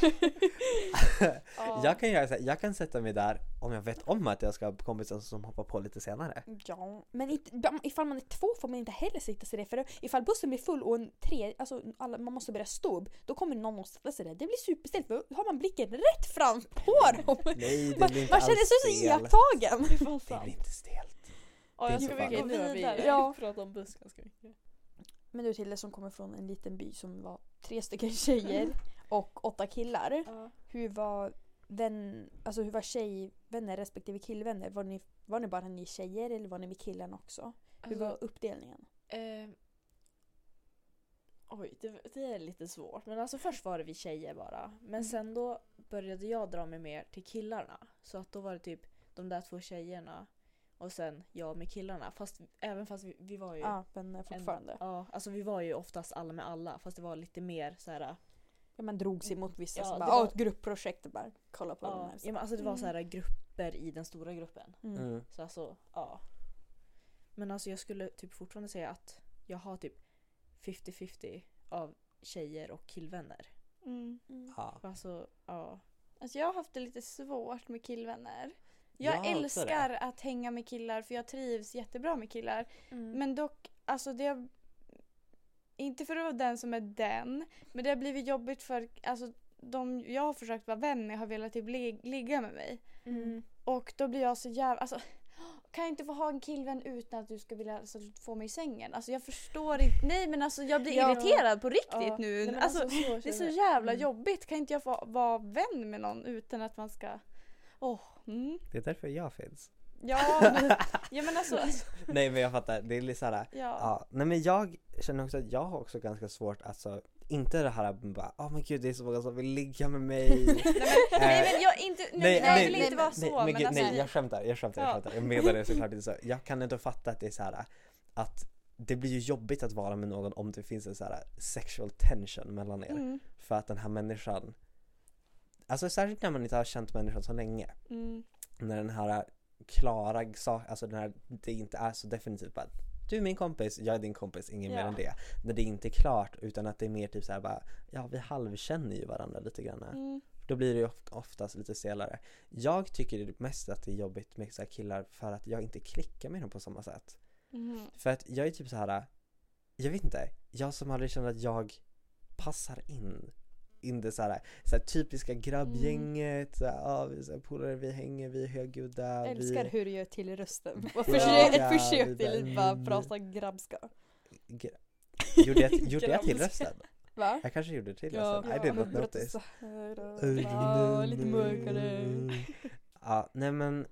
Ja. Jag kan göra så här, jag kan sätta mig där om jag vet om att jag ska ha kompisar som hoppar på lite senare. Ja, men inte, ifall man är två får man inte heller sitta sig där. För ifall bussen blir full och en tre, alltså alla, man måste börja stå upp, då kommer någon att sätta sig där. Det blir superstelt, för då har man blicken rätt fram på dem. Nej, det man blir inte man känner alls sig så stelt. iakttagen. Det blir inte stelt. Ja, Det är jag så ska fan. vi gå Okej, nu har vi vidare. Ja. pratat om buss ganska mycket. Men du Tilde som kommer från en liten by som var tre stycken tjejer och åtta killar. Ja. Hur var vän, alltså hur var tjejvänner respektive killvänner? Var ni, var ni bara ni tjejer eller var ni med killarna också? Hur Alltså, var uppdelningen? Eh, oj, det, det är lite svårt. Men alltså först var det vi tjejer bara. Men sen då började jag dra mig mer till killarna. Så att då var det typ de där två tjejerna och sen jag med killarna. Fast även fast vi, vi var ju... Ja, vänner fortfarande. En, ja, alltså vi var ju oftast alla med alla. Fast det var lite mer så här. Ja, man drog sig mot vissa Ja, som det bara, var- ja, ett gruppprojekt och bara kolla på Ja, dem här. ja, men alltså det var så här grupper i den stora gruppen. Mm. Mm. Så alltså, ja. Men alltså jag skulle typ fortfarande säga att jag har typ femtio femtio av tjejer och killvänner. Mm. Ja. Alltså, ja. Alltså jag har haft det lite svårt med killvänner. Jag, Jag har också älskar att hänga med killar för jag trivs jättebra med killar. Mm. Men dock, alltså det har, inte för att vara den som är den, men det har blivit jobbigt för alltså, de jag har försökt vara vän med har velat typ lig- ligga med mig. Mm. Och då blir jag så jävla, alltså kan jag inte få ha en killvän utan att du ska vilja alltså, få mig i sängen? Alltså jag förstår inte, nej men alltså jag blir Ja. irriterad på riktigt Ja, nu. nej, men alltså, alltså, så det är så känner- jävla Mm. jobbigt, kan inte jag få vara vän med någon utan att man ska, åh, mm. Det är därför jag finns. Ja, men, ja men alltså, Nej, men jag fattar. Det är lite såhär. ja. Ja, nej men jag känner också att jag har också ganska svårt, alltså inte det här bara, åh men gud det är så många som vill ligga med mig. Nej men, nej men jag inte, nej, Nej, nej, nej, jag vill nej, inte vara nej, så men men, gud, alltså, nej, jag skämtar, jag skämtar, jag Ja. skämtar. Jag menar det såklart inte så. Jag kan inte fatta att det är så här att det blir ju jobbigt att vara med någon om det finns en så här sexual tension mellan er. mm, För att den här människan, alltså särskilt när man inte har känt människan så länge, mm, när den här klara sak, alltså den här, det inte är så definitivt bara du är min kompis, jag är din kompis, ingen Ja. mer än det. När det inte är klart utan att det är mer typ så här bara, ja vi halvkänner ju varandra lite grann. mm, Då blir det ju oftast lite stelare. Jag tycker det mest att det är jobbigt med så här killar för att jag inte klickar med dem på samma sätt. mm. För att jag är typ så här, jag vet inte, jag som aldrig känner att jag passar in in det så här, så här typiska grabbgänget, så här, ja, vi så här, polare, vi hänger, vi är högljudda, Jag älskar vi hur du gör till rösten. Och Ja, försök, ett ja, försök vi till bara, att bara prata grabbska. gra- gjorde jag, gjorde jag till Grabbska. rösten? Va? Jag kanske gjorde till Ja, rösten. I did not men notice. så här och- ja, lite mörkare. Ja, nej men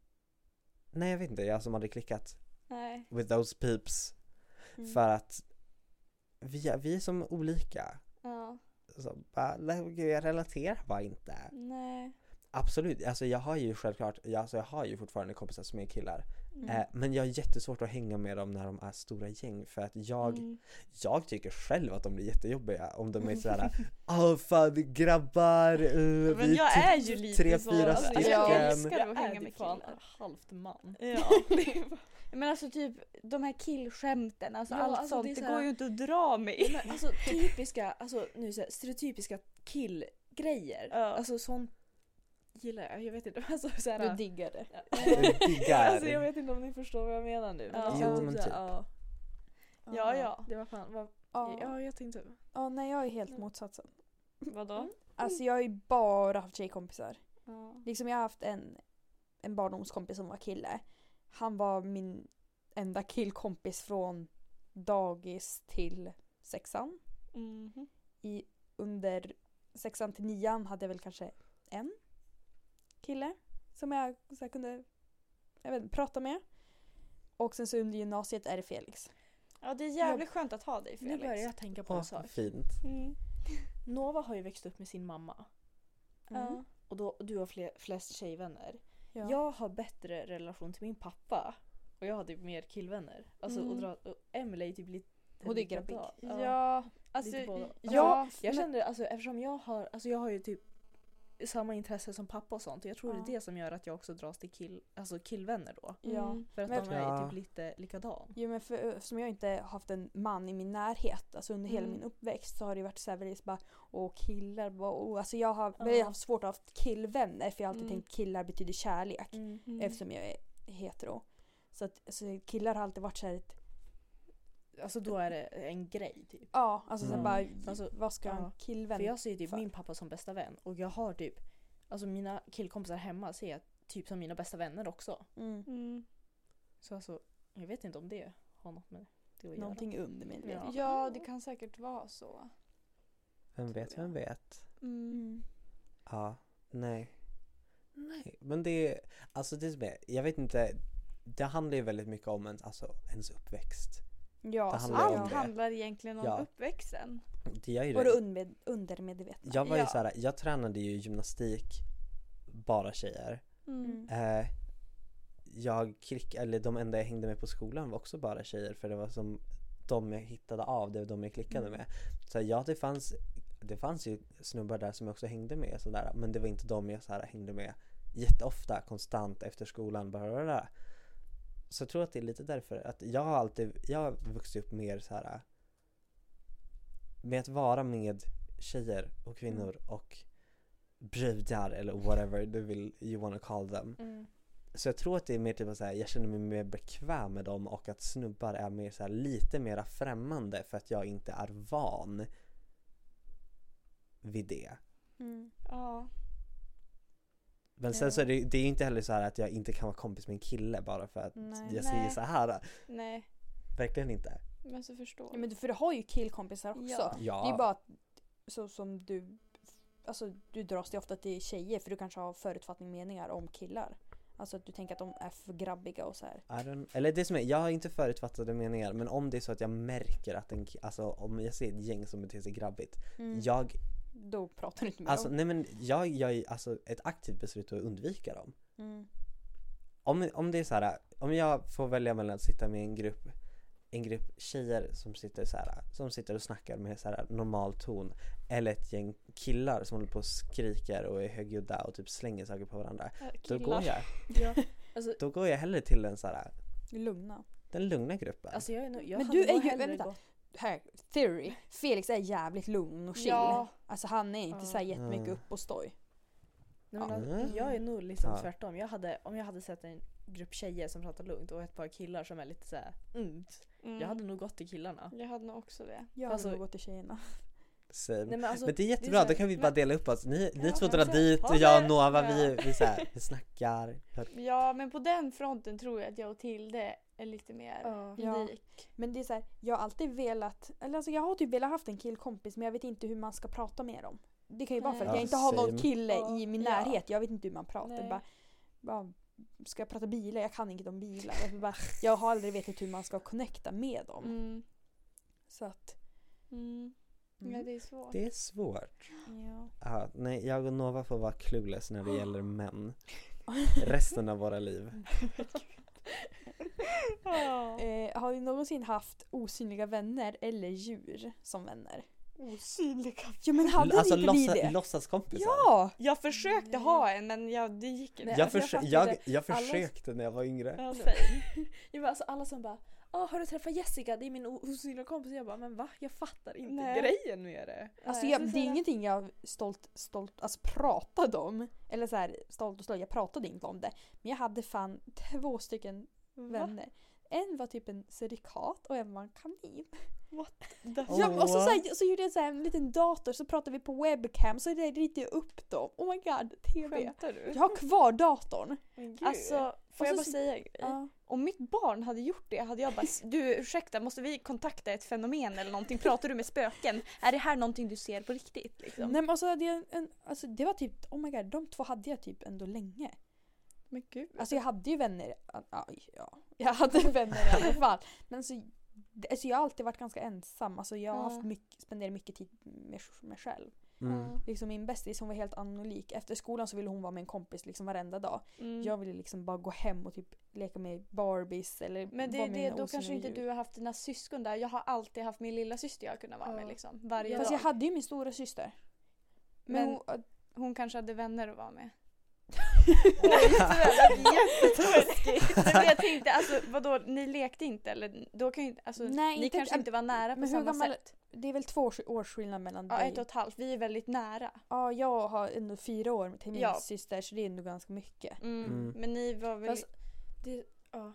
nej jag vet inte, jag som hade klickat Nej. with those peeps. Mm. För att vi är, vi är som olika. Ja. Så bara, nej, gud, jag relaterar bara inte. Nej. Absolut, alltså jag har ju självklart, jag, alltså jag har ju fortfarande kompisar som är killar. Mm. Eh, men jag har jättesvårt att hänga med dem när de är stora gäng. För att jag, Mm. jag tycker själv att de blir jättejobbiga om de är sådär, åh fan grabbar, uh, Men vi jag typ är ju lite tre, så, fyra alltså, stycken. jag Ja. älskar att hänga är med fan killar. halvt man. Ja. Men alltså typ de här killskämten, alltså Ja, allt alltså, sånt, det är det, så här- går ju inte att dra mig. Men alltså typiska, alltså nu så här, stereotypiska killgrejer. Ja. Alltså sånt gillar jag. Jag vet inte. Alltså, så här, Du diggar det. ja. Jag diggar. Alltså jag vet inte om ni förstår vad jag menar nu. Ja. alltså, Jo, typ men så här, typ. Ja. Ja, ja. Det var fan, var, Ja. ja jag tänkte. Ja, nej jag är helt motsatsen. Vadå? Alltså jag har ju bara haft tjejkompisar. Ja. Liksom jag har haft en, en barndomskompis som var kille. Han var min enda killkompis från dagis till sexan. Mhm. I, under sexan till nian hade jag väl kanske en kille som jag så här, kunde jag vet, inte, prata med. Och sen så under gymnasiet är det Felix. Ja, det är jävligt skönt att ha dig, Nu Felix. börjar jag tänka på Åh, en sak. fint. Mm. Nova har ju växt upp med sin mamma. Ja. Och då, du har fler, flest tjejvänner. Ja. Jag har bättre relation till min pappa. Och jag hade mer killvänner. Alltså, Mm. och dra, och Emily är typ lite, Och det är grabbig. likadan. Ja, alltså lite båda. ja, Jag men- kände, alltså eftersom jag har, alltså jag har ju typ samma intresse som pappa och sånt. Jag tror Ja. det är det som gör att jag också dras till kill, alltså killvänner då. Ja. Mm. För att Men- de är Ja. typ lite likadan. Jo, men för, eftersom jag inte haft en man i min närhet, alltså under hela Mm. min uppväxt, så har det varit så här väldigt bara, åh killar, bara, åh. Alltså jag har Ja. väldigt haft svårt att ha haft killvänner, för jag har alltid Mm. tänkt killar betyder kärlek, Mm. eftersom jag är hetero. Så att alltså, killar har alltid varit så här ett, Alltså då är det en grej typ. ja, alltså så här Mm. bara, Alltså, vad ska en ja. killvän? För jag ser ju typ för? min pappa som bästa vän. Och jag har typ, alltså mina killkompisar hemma ser jag typ som mina bästa vänner också. Mm. Mm. Så alltså, jag vet inte om det har något med det att göra. Någonting undermedvetet. Ja. Ja, det kan säkert vara så. Vem vet, jag. vem vet? Mm. Mm. Ja, nej. Nej, men det är, alltså det är, jag vet inte, det handlar ju väldigt mycket om ens, alltså, ens uppväxt. Ja, Det alltså, handlar ju ja. om Allt det. handlar egentligen om Ja. uppväxten. Det gör ju Och det det. undermed, undermedvetna. Jag var ju Ja. så här, jag tränade ju gymnastik, bara tjejer. Mm. Eh, jag klick, eller de enda jag hängde med på skolan var också bara tjejer, för det var som de jag hittade av, det var de jag klickade Mm. med. Så ja, det fanns det fanns ju snubbar där som jag också hängde med sådär, men det var inte de jag så här hängde med jätteofta, konstant efter skolan, bara det där. Så jag tror att det är lite därför att jag har alltid, jag har vuxit upp mer så här med att vara med tjejer och kvinnor Mm. och brudar eller whatever du vill, you wanna call them. Mm. Så jag tror att det är mer typ att så här, jag känner mig mer bekväm med dem, och att snubbar är mer så här, lite mera främmande för att jag inte är van vid det. Mm. Ja. Men sen Ja. så är det, det är ju inte heller så här att jag inte kan vara kompis med en kille bara för att Nej. jag säger Nej. så här. Nej, Verkligen inte. men så förstår. Ja, men du- för du har ju killkompisar också. Ja. Ja. Det är bara att, så som du, alltså du dras ju ofta till tjejer för du kanske har förutfattning meningar om killar. Alltså att du tänker att de är för grabbiga och så här. I don't, eller det som är, jag har inte förutfattade meningar, men om det är så att jag märker att en, ki- alltså om jag ser ett gäng som beter sig grabbigt, Mm. jag, Då pratar du inte med alltså dem. nej men jag gör ju alltså ett aktivt beslut att undvika dem. Mm. Om, om det är så här, om jag får välja mellan att sitta med en grupp en grupp tjejer som sitter så här, som sitter och snackar med så här normal ton, eller ett gäng killar som håller på och skriker och är högljudda och typ slänger saker på varandra, Äh, då killar. går jag Ja, alltså, då går jag hellre till den så här, Lugna. den lugna gruppen. alltså jag är nog, jag Men hade du är nog ju- hellre vänta. gått- Här, theory. Felix är jävligt lugn och chill. Ja. Alltså han är inte Ja. så här jättemycket Mm. upp och stoj. Nej, men Ja. alltså, jag är nog liksom Ja. tvärtom. Jag hade, om jag hade sett en grupp tjejer som pratar lugnt och ett par killar som är lite så här, mm, Mm. jag hade nog gått till killarna. Jag hade nog också det. Jag Alltså- har nog gått till tjejerna. Same. Nej, men, alltså, men det är det jättebra, är så då här- kan vi bara men- dela upp oss. Ni, ni Ja, två men drar så- dit ha och jag och det. Nova, Ja. vi, vi, så här, vi snackar. Ja, men på den fronten tror jag att jag och Tilde är lite mer Ja. Ja. lik. Men det är så här, jag har alltid velat, eller alltså jag har typ velat haft en killkompis men jag vet inte hur man ska prata med dem. Det kan ju vara för att Nej. jag inte har någon Same. kille Ja. i min Ja. närhet. Jag vet inte hur man pratar. Nej. Bara, bara, ska jag prata bilar? Jag kan inget om bilar. Jag, bara, jag har aldrig vetat hur man ska connecta med dem. Mm. Så att, Mm. mm. Ja, det är svårt. Det är svårt. ja. Ja, nej, jag och Nova får vara clueless när det gäller män. Resten av våra liv. Ja. Eh, har ni någonsin haft osynliga vänner eller djur som vänner? Osynliga. Ja men hade Alltså ni inte låtsa, vi det? låtsaskompisar. Ja! Jag försökte Nej. ha en, men jag, det gick inte. Nej, Jag, alltså, jag försö- fattar jag, det. jag Alla- försökte när jag var yngre. Ja, same. Jag bara, alltså, alla som bara, ah, har du träffat Jessica? Det är min o- osynliga kompis. Jag bara, men va? Jag fattar inte Nej. grejen med det. Alltså Nej, jag, så det är såhär- ingenting jag stolt, stolt alltså pratade om. Eller så här, stolt och stolt, jag pratade inte om det. Men jag hade fan två stycken vänner. En var typ en serikat och en var en kanin. The Åh. Ja, och så, så, här, så gjorde jag så här, en liten dator så pratade vi på webcam så ritade jag upp dem. Oh my god, T V. Skämtar du? Jag har kvar datorn. Men gud. Alltså, får Och jag så- bara säga en grej? Ja. Om mitt barn hade gjort det hade jag bara, s- du ursäkta, måste vi kontakta ett fenomen eller någonting? Pratar du med spöken? Är det här någonting du ser på riktigt? Liksom? Nej men alltså, hade jag en, alltså det var typ, oh my god, de två hade jag typ ändå länge. Men gud. Alltså jag hade ju vänner, ja, ja jag hade vänner i alla fall. Men alltså, det- alltså jag har alltid varit ganska ensam. Alltså jag har Ja. haft mycket, spenderat mycket tid med mig själv. Mm. Liksom min bästis, hon var helt anolik. Efter skolan så ville hon vara med en kompis liksom varenda dag. Mm. Jag ville liksom bara gå hem och typ leka med Barbies eller Men det, vara med det, mina då osynliga kanske inte djur. du har haft dina syskon där. Jag har alltid haft min lilla syster jag kunnat vara Ja. med liksom. Varje Fast dag. jag hade ju min stora syster. Men, Men- hon, Hon kanske hade vänner att vara med. jättetaskigt. Men jag tänkte, alltså vadå, ni lekte inte eller? Då kan ju, inte- alltså, Nej, ni inte- kanske inte var nära på men hur samma gammal- sätt. Det är väl två års, års skillnad mellan Ja, dig. ett och ett halvt. Vi är väldigt nära. Ja, jag har ändå fyra år till min Ja. syster så det är ändå ganska mycket. Mm. Mm. Men ni var väl... Fast det, ja.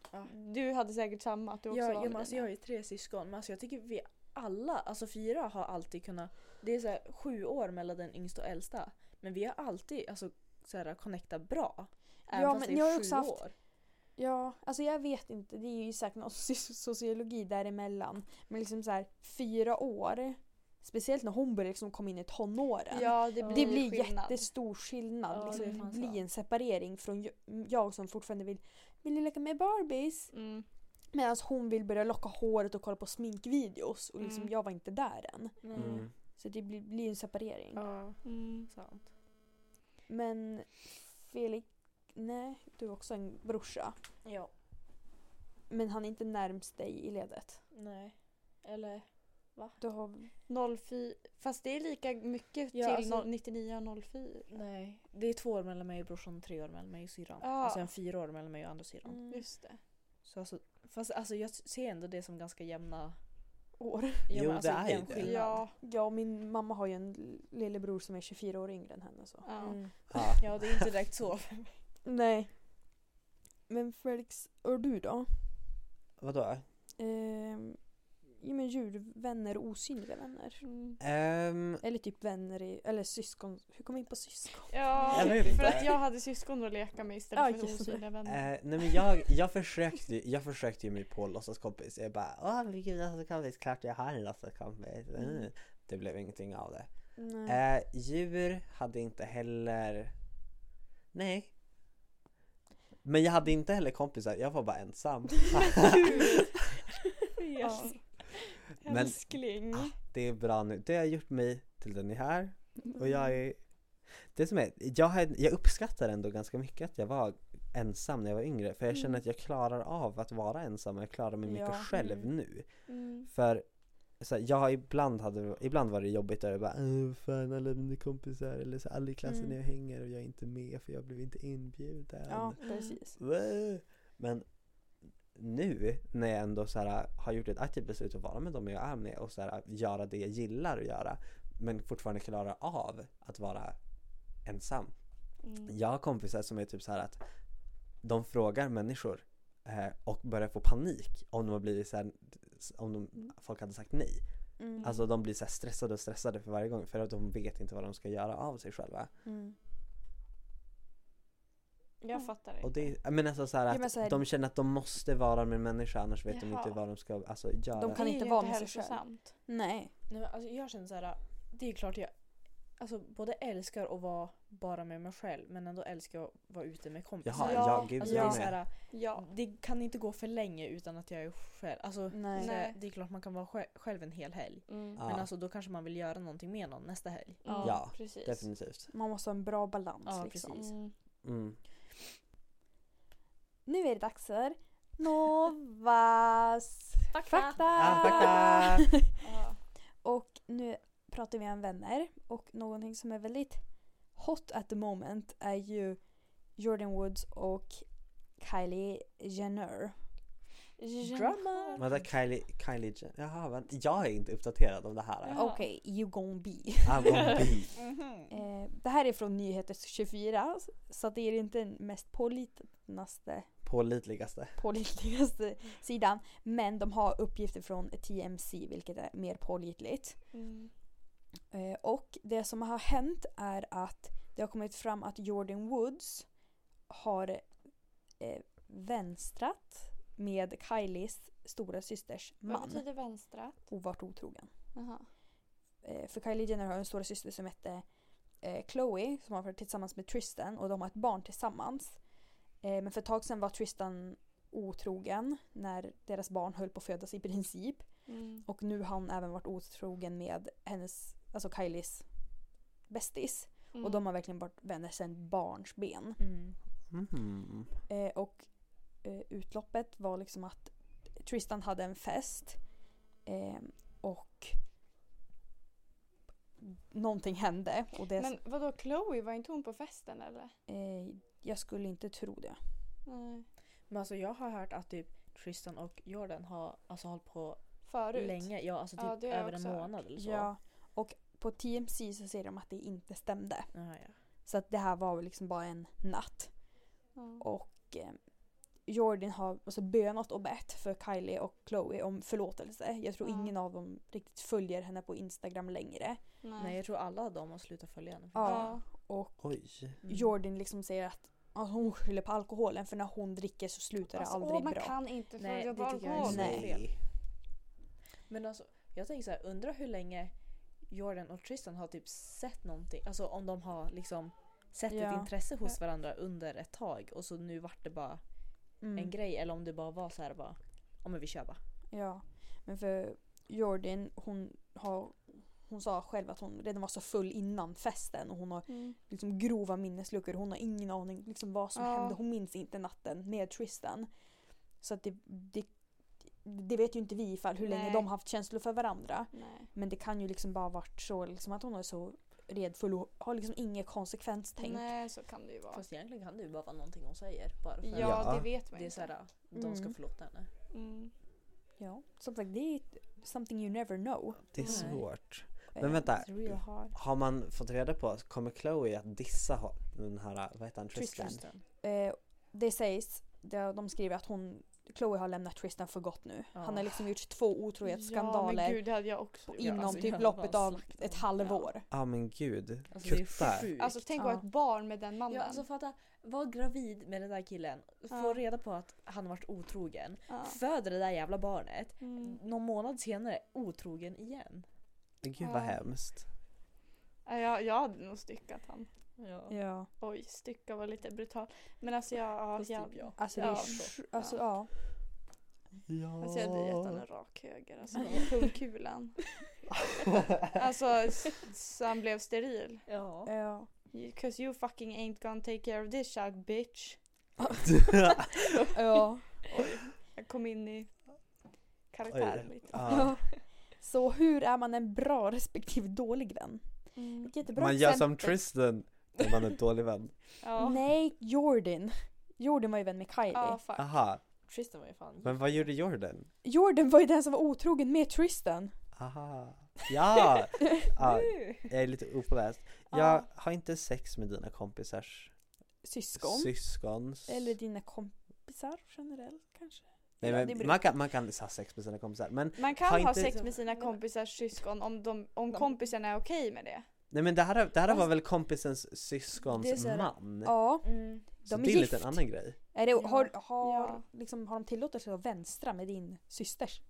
Du hade säkert samma, att du också Ja, var ja, med men alltså, dina. jag har ju tre syskon, men alltså, jag tycker vi alla, alltså fyra har alltid kunnat, det är så här, sju år mellan den yngsta och äldsta, men vi har alltid alltså, så här, connectat bra. Även Ja, fast men det jag har är ju sju också haft- år. Ja, alltså jag vet inte. Det är ju säkert någon so- sociologi däremellan. Men liksom så här fyra år. Speciellt när hon börjar liksom komma in i tonåren. Ja, det det blir, blir skillnad. jättestor skillnad. Ja, liksom, det är det fan blir sant. en separering från jag, jag som fortfarande vill, vill leka med Barbies. Mm. Medan hon vill börja locka håret och kolla på sminkvideos. Och liksom Mm. jag var inte där än. Mm. Så det blir, blir en separering. Ja, Mm. sant. Men Felix, nej, du är också en brorsa. Ja, Men han är inte närmst dig i ledet. nej. Eller, Du har... noll fyra, fast det är lika mycket Ja, till alltså- noll- nittionio och noll fyra. nej. Det är två år mellan mig och brorsan och tre år mellan mig och syrran. Ja. Och sen fyra år mellan mig och andra syrran. Mm. Just det. Så alltså, fast alltså, jag ser ändå det som ganska jämna. år. Ja, Jo, men alltså, det är ju jämn det. skillnad. Ja. Ja, min mamma har ju en lillebror som är tjugofyra år yngre än henne. Så. Ja. Mm. Ja. Ja, det är inte direkt så. Nej. Men Felix, och du då? Vadå? Ehm, ja, men djurvänner och osynliga vänner. Mm. Ehm, Eller typ vänner i, eller syskon. Hur kom vi in på syskon? Ja, Jag vet för inte. att jag hade syskon att leka med istället Ja, för just det. osynliga vänner. eh, nej men jag, jag försökte ju- jag försökte ju mig på låtsaskompis. Jag bara, åh men gud låtsaskompis, klart jag har en låtsaskompis. Mm. Mm. Det blev ingenting av det. Nej. Eh, djur hade inte heller, nej. Men jag hade inte heller kompisar, jag var bara ensam. Ja. Men- Älskling. Ah, det är bra nu, det har gjort mig till den jag är här. Och jag är, det som är, jag, har, jag uppskattar ändå ganska mycket att jag var ensam när jag var yngre. För jag känner Mm. att jag klarar av att vara ensam och jag klarar mig mycket Ja. själv Mm. nu. Mm. För så här, jag har ibland, hade, ibland var det jobbigt och jag bara "Åh, fan alla mina kompisar eller så alla i klassen Mm. jag hänger och jag är inte med för jag blev inte inbjuden. Ja, Mm. precis. Wah. Men nu när jag ändå så här, har gjort ett aktivt beslut att vara med dem jag är med och så här, göra det jag gillar att göra men fortfarande klara av att vara ensam. Mm. Jag har kompisar som är typ så här att de frågar människor eh, och börjar få panik om de har blivit så här, om de, folk hade sagt nej. Mm. Alltså de blir så här stressade och stressade för varje gång för att de vet inte vad de ska göra av sig själva. Mm. Jag fattar det. Och det, men alltså så här att Ja, men så här- de känner att de måste vara med en människa annars vet de Jaha. inte vad de ska alltså, göra. De kan det är inte ju vara med sig hälsosamt. Nej. Nej, men alltså, jag känner så här, det är klart jag alltså, både älskar att vara bara med mig själv men ändå älskar att vara ute med kompisar. Jaha, Ja, ja, gud Alltså, jag det, är så med. här, Ja. det kan inte gå för länge utan att jag är själv. Alltså, Nej. så här, Nej. det är klart man kan vara själv, själv en hel helg. Mm. Ja. Men alltså, då kanske man vill göra någonting med någon nästa helg. Mm, Ja, precis. Definitivt. Man måste ha en bra balans Ja, liksom. precis. Mm. Mm. Nu är det dags för Novas fakta! Ah, fakta! Ja. Och nu pratar vi om vänner och någonting som är väldigt hot at the moment är ju Jordan Woods och Kylie Jenner. Drama! Vänta, Kylie, Kylie Jenner. Jaha, vänta. Jag är inte uppdaterad om det här. Ja. Okej, you gon be. I'm gonna be. Mhm. Eh, det här är från Nyheter tjugofyra så det är inte den mest pålitnaste, Pålitligaste. pålitligaste sidan. Men de har uppgifter från T M C vilket är mer pålitligt. Mm. Eh, och det som har hänt är att det har kommit fram att Jordan Woods har eh, vänstrat med Kylies stora systers Vad man betyder vänstra? och varit otrogen. Jaha. Eh, för Kylie Jenner har en stora syster som heter eh, Chloe som har varit tillsammans med Tristan och de har ett barn tillsammans. Eh, men för ett tag sedan var Tristan otrogen när deras barn höll på att födas i princip. Mm. Och nu har han även varit otrogen med hennes, alltså Kylies bästis. Mm. Och de har verkligen varit vänner sedan barnsben. Mm. Mhm. Eh, och eh, utloppet var liksom att Tristan hade en fest. Eh, och någonting hände. Och det, Men vadå, Chloe, var inte hon på festen eller? eh, jag skulle inte tro det. Nej. Men alltså jag har hört att typ Tristan och Jordan har alltså hållit på Förut? länge. Ja, alltså typ Ja, det har jag över en också hört. månad eller så. Ja, och på T M C så säger de att det inte stämde. Jaha, ja. Så att det här var väl liksom bara en natt. Ja. Och eh, Jordan har alltså bönat och bett för Kylie och Chloe om förlåtelse. Jag tror Ja. ingen av dem riktigt följer henne på Instagram längre. Nej. Nej, jag tror alla de har slutat följa henne. Ja. Och Oj. Mm. Jordan liksom säger att alltså, hon skyller på alkoholen för när hon dricker så slutar det Alltså, aldrig åh, man bra. kan inte Nej, följa det på tycker jag är alkohol. så Nej. fel. Men alltså, jag tänker så här, undrar hur länge Jordan och Tristan har typ sett någonting. Alltså om de har liksom sett Ja. ett intresse hos varandra under ett tag och så nu vart det bara Mm. en grej. Eller om det bara var så här bara, om vi kör bara. Ja, men för Jordan hon har hon sa själv att hon redan var så full innan festen och hon har Mm. liksom grova minnesluckor. Hon har ingen aning liksom vad som Ja. hände. Hon minns inte natten med Tristan. Så att det, det, det vet ju inte vi ifall hur länge Nej. de har haft känslor för varandra. Nej. Men det kan ju liksom bara varit så liksom att hon är så redfull och har liksom inget konsekvenstänk. Nej, så kan det ju vara. Fast egentligen kan det ju bara vara någonting hon säger. Bara för Ja, Ja. det vet man det är inte. så här, de ska Mm. förlåta henne. Mm. Ja, som sagt det är something you never know. Det är Nej. svårt. Eh, Men vänta. It's real hard. Har man fått reda på, kommer Chloe att dissa ha- den här, vad heter han, Tristan? Tristan. Eh, det sägs, det, de skriver att hon Chloe har lämnat Tristan för gott nu. Ja. Han har liksom gjort två Ja, otrohetsskandaler men gud, det hade jag också gjort. inom alltså, typ jag loppet bara av slaktar ett honom. halvår. Ja men gud, Alltså, det är kutta. sjukt. Alltså tänk Ja. att ha ett barn med den mannen. Ja, alltså fatta, var gravid med den där killen, få Ja. reda på att han har varit otrogen, Ja. föder det där jävla barnet, Mm. någon månad senare otrogen igen. Gud Ja. vad hemskt. Ja, jag, jag hade nog styckat han. Ja. Ja. Oj, stycka var lite brutal. Men alltså jag... Ja, Fast jag, typ jag. Alltså det Ja. är sj- alltså ja. Ja. alltså jag hade gett honom en rak höger. Alltså pungkulan. Alltså s- så han blev steril. Ja. Ja. Because you fucking ain't gonna take care of this child, bitch. Ja. Oj, jag kom in i karaktären Oj. lite. Ja. Så hur är man en bra respektive dålig vän? Mm. Ett jättebra Man gör som exempel. Tristan när man är dålig vän. Ja. Nej, Jordan. Jordan var ju vän med Kylie. Ja, fuck. Aha, Tristan var ju fan men vad gjorde Jordan? Jordan var ju den som var otrogen med Tristan. Aha. Ja! ja Nu. jag är lite opåläst. Jag Ja. har inte sex med dina kompisars Syskon. syskons. Eller dina kompisar generellt kanske. Nej, Ja, det men beror man, kan, man kan ha sex med sina kompisar. Men, Man kan Har ha inte- sex med sina kompisars syskon om, de, om De- kompisarna är okej med det. nej men det här, det här var Fast- väl kompisens syskons Det är så här- man? Ja. Mm. Så de är det är lite gift. en annan grej. Är det, Ja. har, har, Ja. liksom, har de tillåtelse att vänstra med din systers?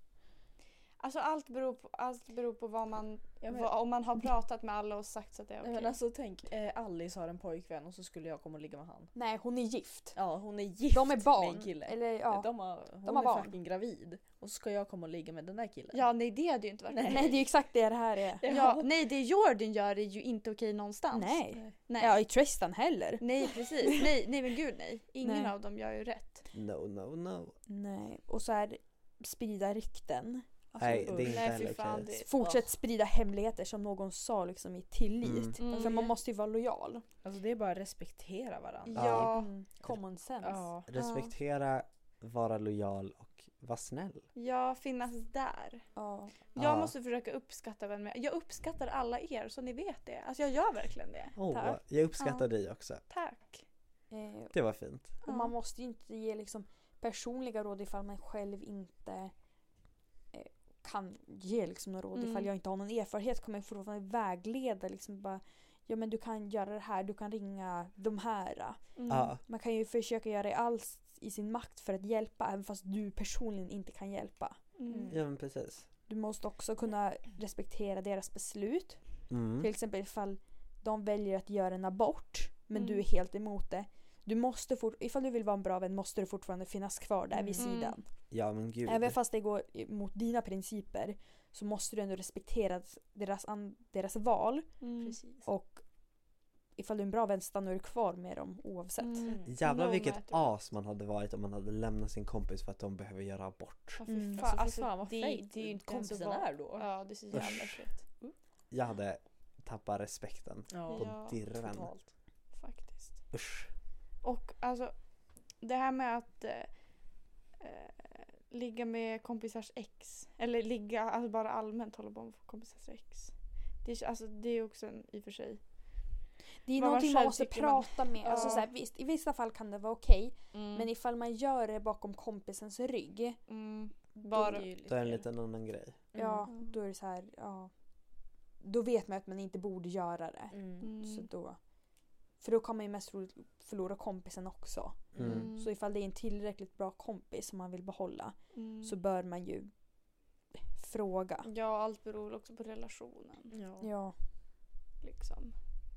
Alltså allt beror på, allt beror på vad man, Ja, men- vad, om man har pratat med alla och sagt så att det är Nej, okej. men alltså tänk, eh, Alice har en pojkvän och så skulle jag komma och ligga med han. Nej, hon är gift. Ja, hon är gift De är med barn. en kille. Eller ja. De har, hon har är barn. fucking gravid. Och så ska jag komma och ligga med den där killen. Ja, nej det hade ju inte varit Nej. Nej, det är ju exakt det det här är. Ja, nej det Jordan gör är ju inte okej någonstans. Nej. Nej. Ja, i Tristan heller. Nej precis, nej, nej men gud nej. Ingen Nej. av dem gör ju rätt. No, no, no. Nej. Och så är sprida rykten. Alltså, Nej, det är inte Nej, fy heller fan, okej. det- Fortsätt sprida hemligheter som någon sa liksom i tillit. Mm. För man måste ju vara lojal. Alltså det är bara att respektera varandra. Ja. Mm. Common sense. Ja. Respektera, vara lojal och vara snäll. Ja, finnas där. Ja. Jag Ja. måste försöka uppskatta vem jag Jag uppskattar alla er så ni vet det. Alltså jag gör verkligen det. Åh, Tack. jag uppskattar Ja. dig också. Tack. Eh, Det var fint. och man måste ju inte ge liksom personliga råd ifall man själv inte eh, kan ge liksom några råd. Mm. Ifall jag inte har någon erfarenhet kommer jag fortfarande vägleda. Liksom bara, ja men du kan göra det här, du kan ringa de här. Mm. Ja. Man kan ju försöka göra allt i sin makt för att hjälpa även fast du personligen inte kan hjälpa. Mm. Ja men precis. Du måste också kunna respektera deras beslut. Mm. Till exempel ifall de väljer att göra en abort men Mm. du är helt emot det. Du måste fort, ifall du vill vara en bra vän måste du fortfarande finnas kvar där vid Mm. sidan. Ja men gud. Även fast det går mot dina principer så måste du ändå respektera deras, an, deras val Mm. Precis. och ifall du är en bra vän stannar du kvar med dem oavsett. Mm. Jävlar No vilket matter. as man hade varit om man hade lämnat sin kompis för att de behöver göra abort. Ja, fy Mm. fan, Alltså, fy fan vad det, fejk det är ju inte ens kompisen att vara- är då. Ja, det är så jävla Usch. shit. Jag hade tappat respekten Ja, på Ja, dirren. totalt. Faktiskt. Usch. Och alltså, det här med att eh, eh, ligga med kompisars ex. Eller ligga, alltså bara allmänt hålla på med kompisars ex. Det är, alltså, det är också en, i och för sig. Det är Vad man någonting man själv måste tycker man- prata med. Alltså, Ja. så här, visst, i vissa fall kan det vara okej. Mm. Men ifall man gör det bakom kompisens rygg. mm. Då Bara, är det ju lite Då är det en fel. liten annan grej. Ja, Mm. då är det så här, ja. Då vet man att man inte borde göra det. Mm. Mm. Så då, för då kommer man ju mest troligt förlora kompisen också. Mm. Mm. Så ifall det är en tillräckligt bra kompis som man vill behålla Mm. så bör man ju fråga. Ja, allt beror också på relationen. Ja. Ja. Liksom.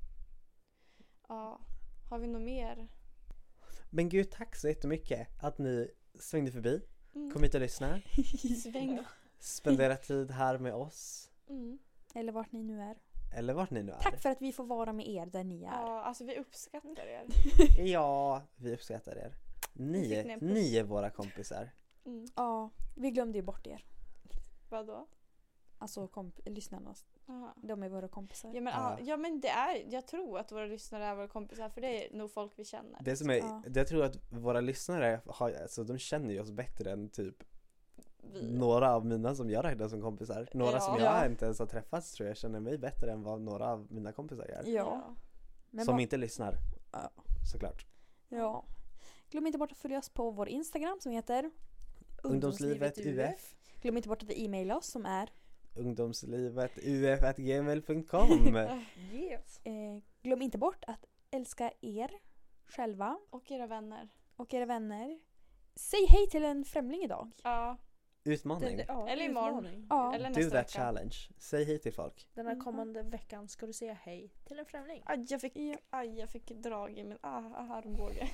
Ja. Har vi något mer? Men gud, tack så jättemycket att ni svängde förbi. Mm. Kom hit och lyssna. Sväng. Spendera tid här med oss. Mm. Eller vart ni nu är. Eller vart ni nu är. Tack för att vi får vara med er där ni är. Ja, alltså vi uppskattar er. Ja, vi uppskattar er. Ni, fick ni en puss. ni är våra kompisar. Mm. Ja, vi glömde ju bort er. Vadå? Alltså komp- lyssnarna, Aha. de är våra kompisar. Ja men, Ja. ja. ja men det är, jag tror att våra lyssnare är våra kompisar för det är nog folk vi känner. Det som är, Ja. jag tror att våra lyssnare har, alltså, de känner ju oss bättre än typ Vi. några av mina som jag räknar som kompisar. Några Ja. som jag Ja. inte ens har träffats tror jag känner mig bättre än vad några av mina kompisar gör. Ja. Men som bara- inte lyssnar, Ja. såklart. Ja. Glöm inte bort att följa oss på vår Instagram som heter Ungdomslivet U F. Glöm inte bort att e-maila oss som är Ungdomslivet U F at gmail punkt com. Yes. eh, glöm inte bort att älska er själva Och era vänner. och era vänner. Säg hej till en främling idag. Ja. Utmaning. Det- ja, Eller imorgon. utmaning. Ja. Eller Do nästa that vecka. challenge. Säg hej till folk. Den här Mm. kommande veckan ska du säga hej till en främling. Aj, jag fick, Ja. aj, jag fick drag i min ah, ah, armbåge.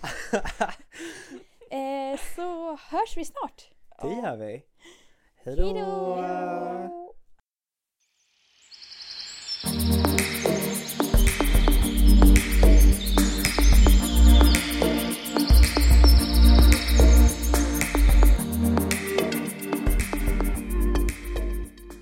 Eh, så hörs vi snart. Det Ja. gör vi. Hej Hej då! då!